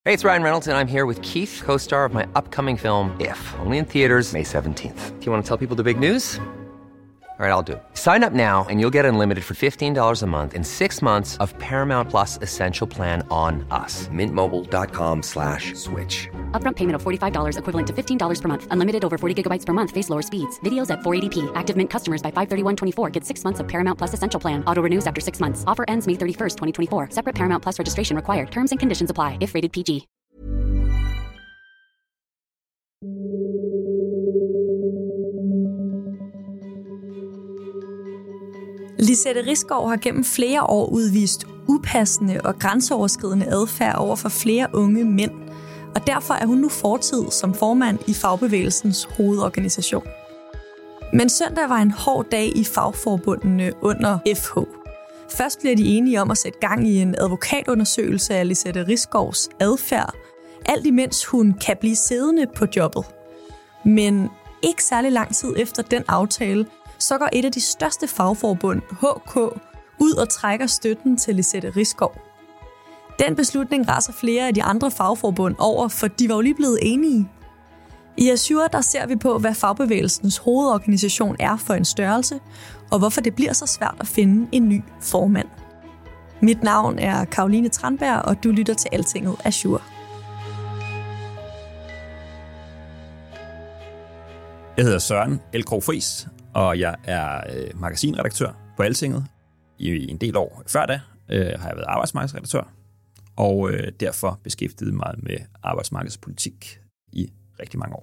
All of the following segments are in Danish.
Hey, it's Ryan Reynolds, and I'm here with Keith, co-star of my upcoming film, If, only in theaters May 17th. Do you want to tell people the big news? All right, I'll do it. Sign up now and you'll get unlimited for $15 a month and 6 months of Paramount Plus Essential Plan on us. MintMobile.com/switch. Upfront payment of $45 equivalent to $15 per month. Unlimited over 40 gigabytes per month. Face lower speeds. Videos at 480p. Active Mint customers by 531.24 get 6 months of Paramount Plus Essential Plan. Auto renews after 6 months. Offer ends May 31st, 2024. Separate Paramount Plus registration required. Terms and conditions apply if rated PG. Lisette Risgaard har gennem flere år udvist upassende og grænseoverskridende adfærd over for flere unge mænd, og derfor er hun nu fortid som formand i Fagbevægelsens hovedorganisation. Men søndag var en hård dag i fagforbundene under FH. Først bliver de enige om at sætte gang i en advokatundersøgelse af Lisette Risgaards adfærd, alt imens hun kan blive siddende på jobbet. Men ikke særlig lang tid efter den aftale, så går et af de største fagforbund, HK, ud og trækker støtten til Lisette Risgaard. Den beslutning raser flere af de andre fagforbund over, for de var jo lige blevet enige. I Azure der ser vi på, hvad Fagbevægelsens hovedorganisation er for en størrelse, og hvorfor det bliver så svært at finde en ny formand. Mit navn er Caroline Tranberg, og du lytter til Altinget Azure. Jeg hedder Søren Elkrog Friis, og jeg er magasinredaktør på Altinget. I en del år før da har jeg været arbejdsmarkedsredaktør, og derfor beskæftiget mig med arbejdsmarkedspolitik i rigtig mange år.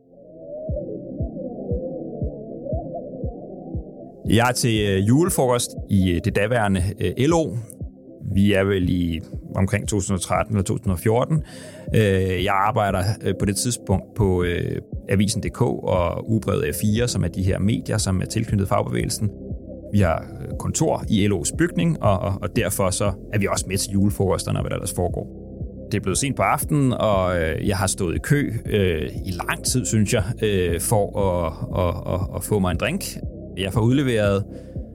Jeg er til julefrokost i det daværende LO. Vi er vel i omkring 2013 eller 2014. Jeg arbejder på det tidspunkt på Avisen.dk og Ugebrevet A4, som er de her medier, som er tilknyttet fagbevægelsen. Vi har kontor i LO's bygning, og derfor så er vi også med til julefrokosterne og hvad der ellers foregår. Det er blevet sent på aftenen, og jeg har stået i kø i lang tid, synes jeg, for at få mig en drink. Jeg får udleveret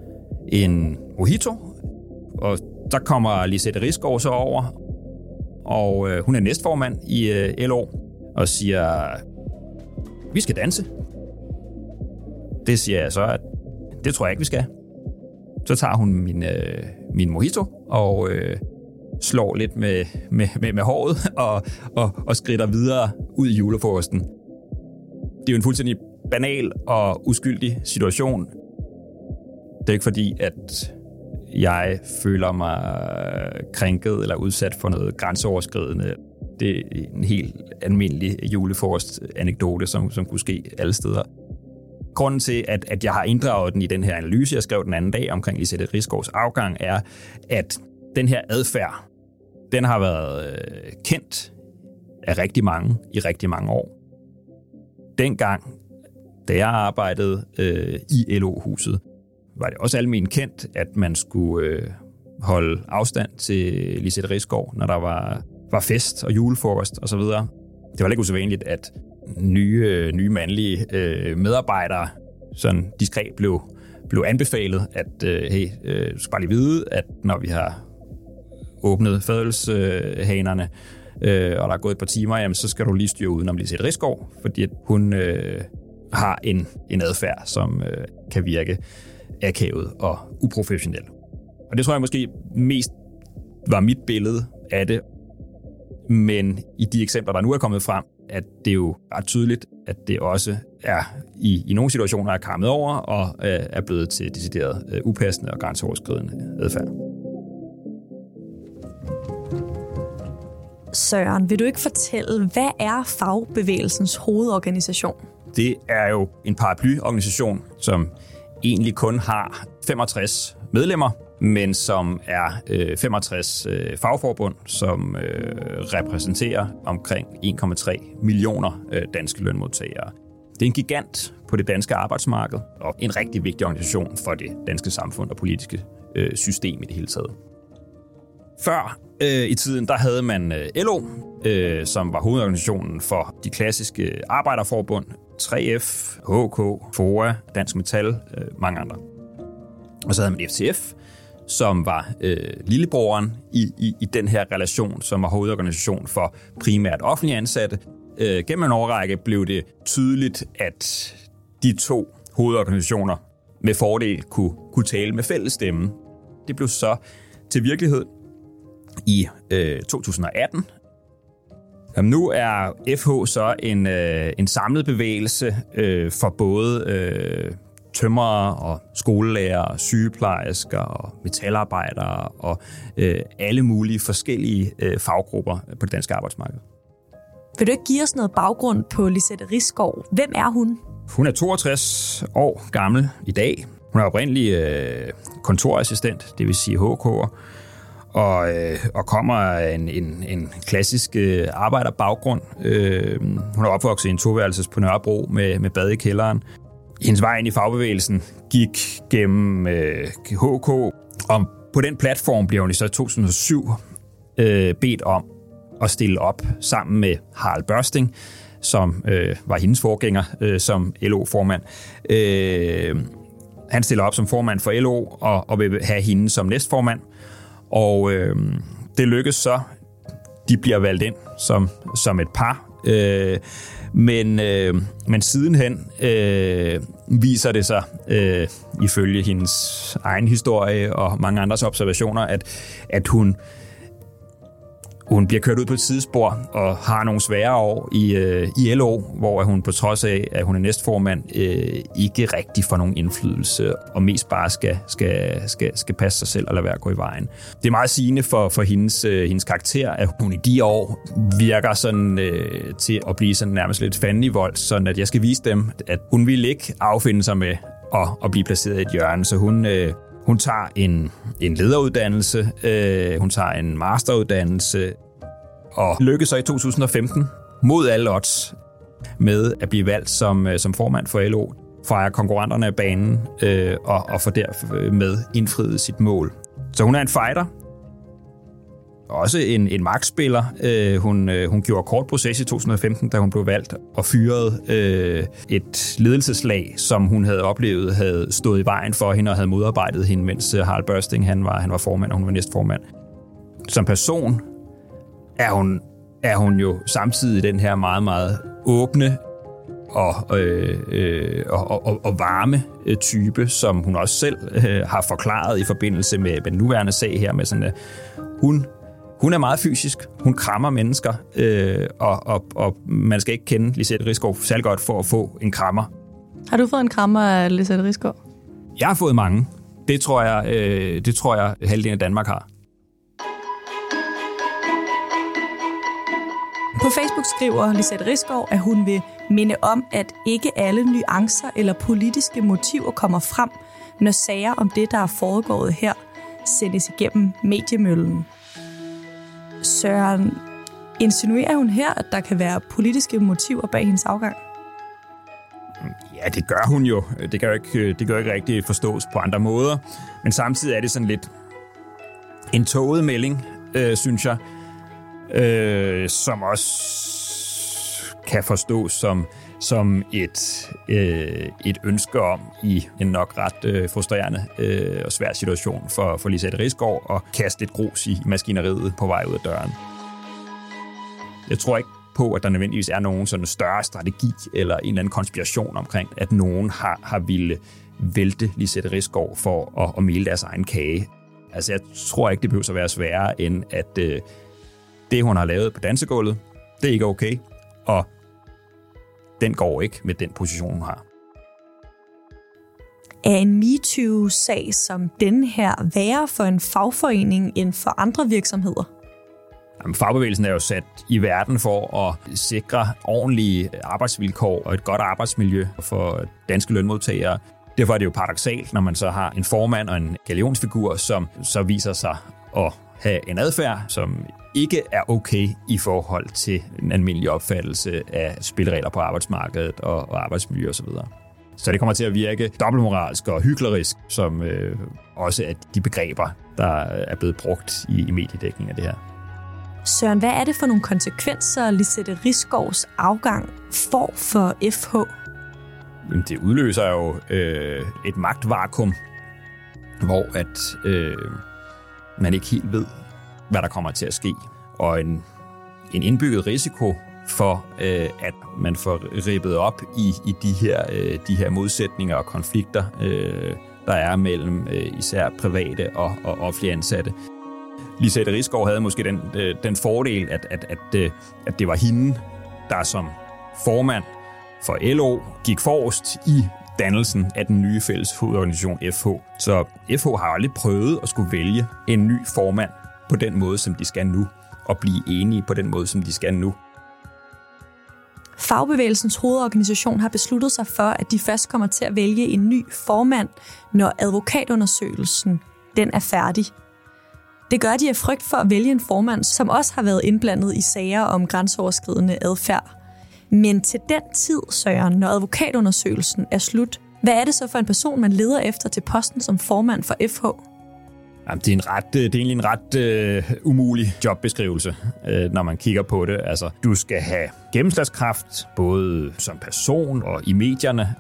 en mojito, og der kommer Lisette Risgaard så over, og hun er næstformand i LO, og siger, vi skal danse. Det siger jeg så, at det tror jeg ikke, vi skal. Så tager hun min mojito og slår lidt med håret og skrider videre ud i julefrokosten. Det er jo en fuldstændig banal og uskyldig situation. Det er ikke fordi, at jeg føler mig krænket eller udsat for noget grænseoverskridende. Det er en helt almindelig julefrokost-anekdote, som kunne ske alle steder. Grunden til, at jeg har inddraget den i den her analyse, jeg skrev den anden dag omkring Lisette Risgaards afgang, er, at den her adfærd, den har været kendt af rigtig mange i rigtig mange år. Dengang, da jeg arbejdede i LO-huset, var det også almen kendt, at man skulle holde afstand til Lisette Risgaard, når der var fest og julefrokost osv. Det var ikke usædvanligt, at nye mandlige medarbejdere sådan diskret blev anbefalet, at hey, du skal bare lige vide, at når vi har åbnet fadelshanerne, og der er gået et par timer, jamen, så skal du lige styre udenom Lisette Risgaard, fordi at hun har en adfærd, som kan virke akavet og uprofessionel. Og det tror jeg måske mest var mit billede af det. Men i de eksempler, der nu er kommet frem, at det jo ret tydeligt, at det også er i nogle situationer er kommet over og er blevet til decideret upassende og grænseoverskridende adfærd. Søren, vil du ikke fortælle, hvad er Fagbevægelsens hovedorganisation? Det er jo en paraplyorganisation, som egentlig kun har 65 medlemmer, men som er 65 fagforbund, som repræsenterer omkring 1,3 millioner danske lønmodtagere. Det er en gigant på det danske arbejdsmarked, og en rigtig vigtig organisation for det danske samfund og politiske system i det hele taget. Før i tiden, der havde man LO, som var hovedorganisationen for de klassiske arbejderforbund, 3F, HK, FOA, Dansk Metal, mange andre. Og så havde man FTF, som var lillebroren i den her relation, som var hovedorganisation for primært offentlige ansatte. Gennem en årrække blev det tydeligt, at de to hovedorganisationer med fordel kunne tale med fælles stemme. Det blev så til virkelighed i 2018. Nu er FH så en samlet bevægelse for både tømrere og skolelærere, og sygeplejersker og metalarbejdere og alle mulige forskellige faggrupper på det danske arbejdsmarked. Vil du ikke give os noget baggrund på Lisette Risgaard? Hvem er hun? Hun er 62 år gammel i dag. Hun er oprindelig kontorassistent, det vil sige HK'er, og kommer af en klassisk arbejderbaggrund. Hun er opvokset i en toværelses på Nørrebro med bad i kælderen. Hendes vej ind i fagbevægelsen gik gennem HK, og på den platform bliver hun i så 2007 bedt om at stille op sammen med Harald Børsting, som var hendes forgænger som LO-formand. Han stiller op som formand for LO og vil have hende som næstformand. Og det lykkes så. De bliver valgt ind som et par. Men sidenhen viser det sig, ifølge hendes egen historie og mange andres observationer, at hun bliver kørt ud på et sidespor og har nogle svære år i LO, hvor hun på trods af, at hun er næstformand, ikke rigtig får nogen indflydelse og mest bare skal passe sig selv og lade være at gå i vejen. Det er meget sigende for hendes karakter, at hun i de år virker sådan til at blive sådan nærmest lidt fandenivold, sådan at jeg skal vise dem, at hun vil ikke affinde sig med at blive placeret i et hjørne, så hun tager en lederuddannelse, hun tager en masteruddannelse, og lykkes så i 2015 mod alle odds med at blive valgt som formand for LO, fejrer konkurrenterne af banen og får dermed indfriet sit mål. Så hun er en fighter, også en magtspiller. Hun gjorde kort proces i 2015, da hun blev valgt og fyrede et ledelseslag, som hun havde oplevet, havde stået i vejen for hende og havde modarbejdet hende, mens Harald Børsting han var formand, og hun var næstformand. Som person er hun jo samtidig den her meget, meget åbne og varme type, som hun også selv har forklaret i forbindelse med den nuværende sag her, med sådan at hun er meget fysisk, hun krammer mennesker, og man skal ikke kende Lisette Risgaard særlig godt for at få en krammer. Har du fået en krammer af Lisette Risgaard? Jeg har fået mange. Det tror jeg halvdelen af Danmark har. På Facebook skriver Lisette Risgaard, at hun vil minde om, at ikke alle nuancer eller politiske motiver kommer frem, når sager om det, der er foregået her, sendes igennem mediemøllen. Søren, insinuerer hun her, at der kan være politiske motiver bag hendes afgang? Ja, det gør hun jo. Det kan jo ikke rigtig forstås på andre måder. Men samtidig er det sådan lidt en tåget melding, synes jeg, som også kan forstås som et ønske om i en nok ret frustrerende og svær situation for Lisette Risgaard at kaste lidt grus i maskineriet på vej ud af døren. Jeg tror ikke på, at der nødvendigvis er nogen sådan større strategi eller en eller anden konspiration omkring, at nogen har ville vælte Lisette Risgaard for at mele deres egen kage. Altså, jeg tror ikke, det behøver at være sværere, end at det, hun har lavet på dansegulvet, det er ikke okay, og den går ikke med den position, hun har. Er en MeToo-sag som den her værre for en fagforening end for andre virksomheder? Jamen, fagbevægelsen er jo sat i verden for at sikre ordentlige arbejdsvilkår og et godt arbejdsmiljø for danske lønmodtagere. Derfor er det jo paradoksalt, når man så har en formand og en galionsfigur, som så viser sig at have en adfærd, som ikke er okay i forhold til en almindelig opfattelse af spilleregler på arbejdsmarkedet og arbejdsmiljø osv. Så det kommer til at virke dobbeltmoralsk og hyklerisk, som også er de begreber, der er blevet brugt i mediedækningen af det her. Søren, hvad er det for nogle konsekvenser, Lisette Risgaards afgang får for FH? Jamen, det udløser jo et magtvakuum hvor at man ikke helt ved, hvad der kommer til at ske, og en indbygget risiko for, at man får rippet op i de her modsætninger og konflikter, der er mellem især private og offentlige ansatte. Lisette Risgaard havde måske den fordel, at det var hende, der som formand for LO gik forrest i dannelsen af den nye fælles hovedorganisation FH. Så FH har aldrig prøvet at skulle vælge en ny formand på den måde, som de skal nu, og blive enige på den måde, som de skal nu. Fagbevægelsens hovedorganisation har besluttet sig for, at de først kommer til at vælge en ny formand, når advokatundersøgelsen den er færdig. Det gør de af frygt for at vælge en formand, som også har været indblandet i sager om grænseoverskridende adfærd. Men til den tid, Søren, når advokatundersøgelsen er slut, hvad er det så for en person, man leder efter til posten som formand for FH? Jamen, det er egentlig en ret umulig jobbeskrivelse, når man kigger på det. Altså, du skal have gennemslagskraft, både som person og i medierne,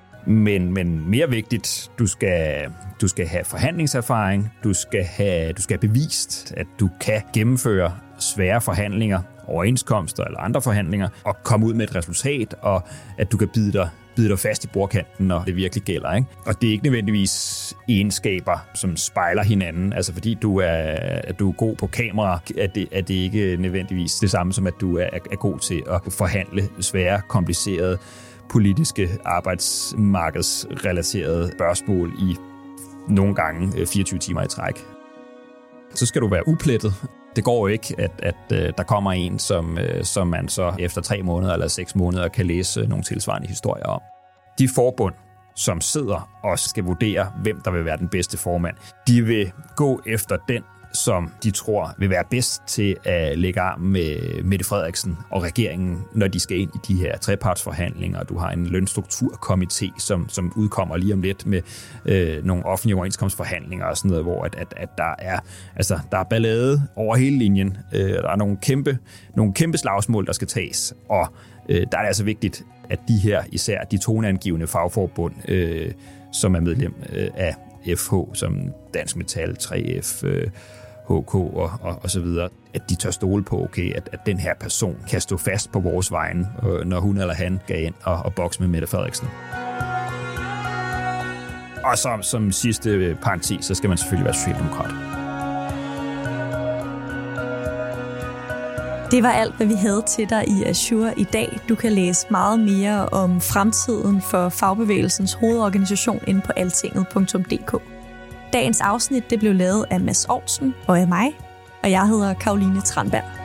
men mere vigtigt, du skal have forhandlingserfaring, du skal have bevist, at du kan gennemføre svære forhandlinger, overenskomster eller andre forhandlinger, og komme ud med et resultat, og at du kan bide dig fast i bordkanten, når det virkelig gælder, ikke? Og det er ikke nødvendigvis egenskaber, som spejler hinanden. Altså fordi du er god på kamera, er det ikke nødvendigvis det samme som, at du er god til at forhandle svære, komplicerede, politiske, arbejdsmarkedsrelaterede spørgsmål i nogle gange 24 timer i træk. Så skal du være uplettet. Det går jo ikke, at der kommer en, som man så efter 3 måneder eller 6 måneder kan læse nogle tilsvarende historier om. De forbund, som sidder og skal vurdere, hvem der vil være den bedste formand, de vil gå efter den, som de tror vil være bedst til at lægge arm med Mette Frederiksen og regeringen, når de skal ind i de her trepartsforhandlinger. Du har en lønstrukturkomité, som udkommer lige om lidt med nogle offentlige overenskomstforhandlinger og sådan noget, hvor at der er ballade over hele linjen. Der er nogle kæmpe slagsmål, der skal tages, og der er det altså vigtigt, at de her, især de toneangivende fagforbund, som er medlem af FH, som Dansk Metal, 3F, HK og så videre, at de tør stole på, okay, at den her person kan stå fast på vores vegne, når hun eller han skal ind og bokse med Mette Frederiksen. Og som sidste parentes, så skal man selvfølgelig være socialdemokrat. Det var alt, hvad vi havde til dig i Azure i dag. Du kan læse meget mere om fremtiden for fagbevægelsens hovedorganisation inde på altinget.dk. Dagens afsnit det blev lavet af Mads Aarhusen og af mig, og jeg hedder Caroline Tranberg.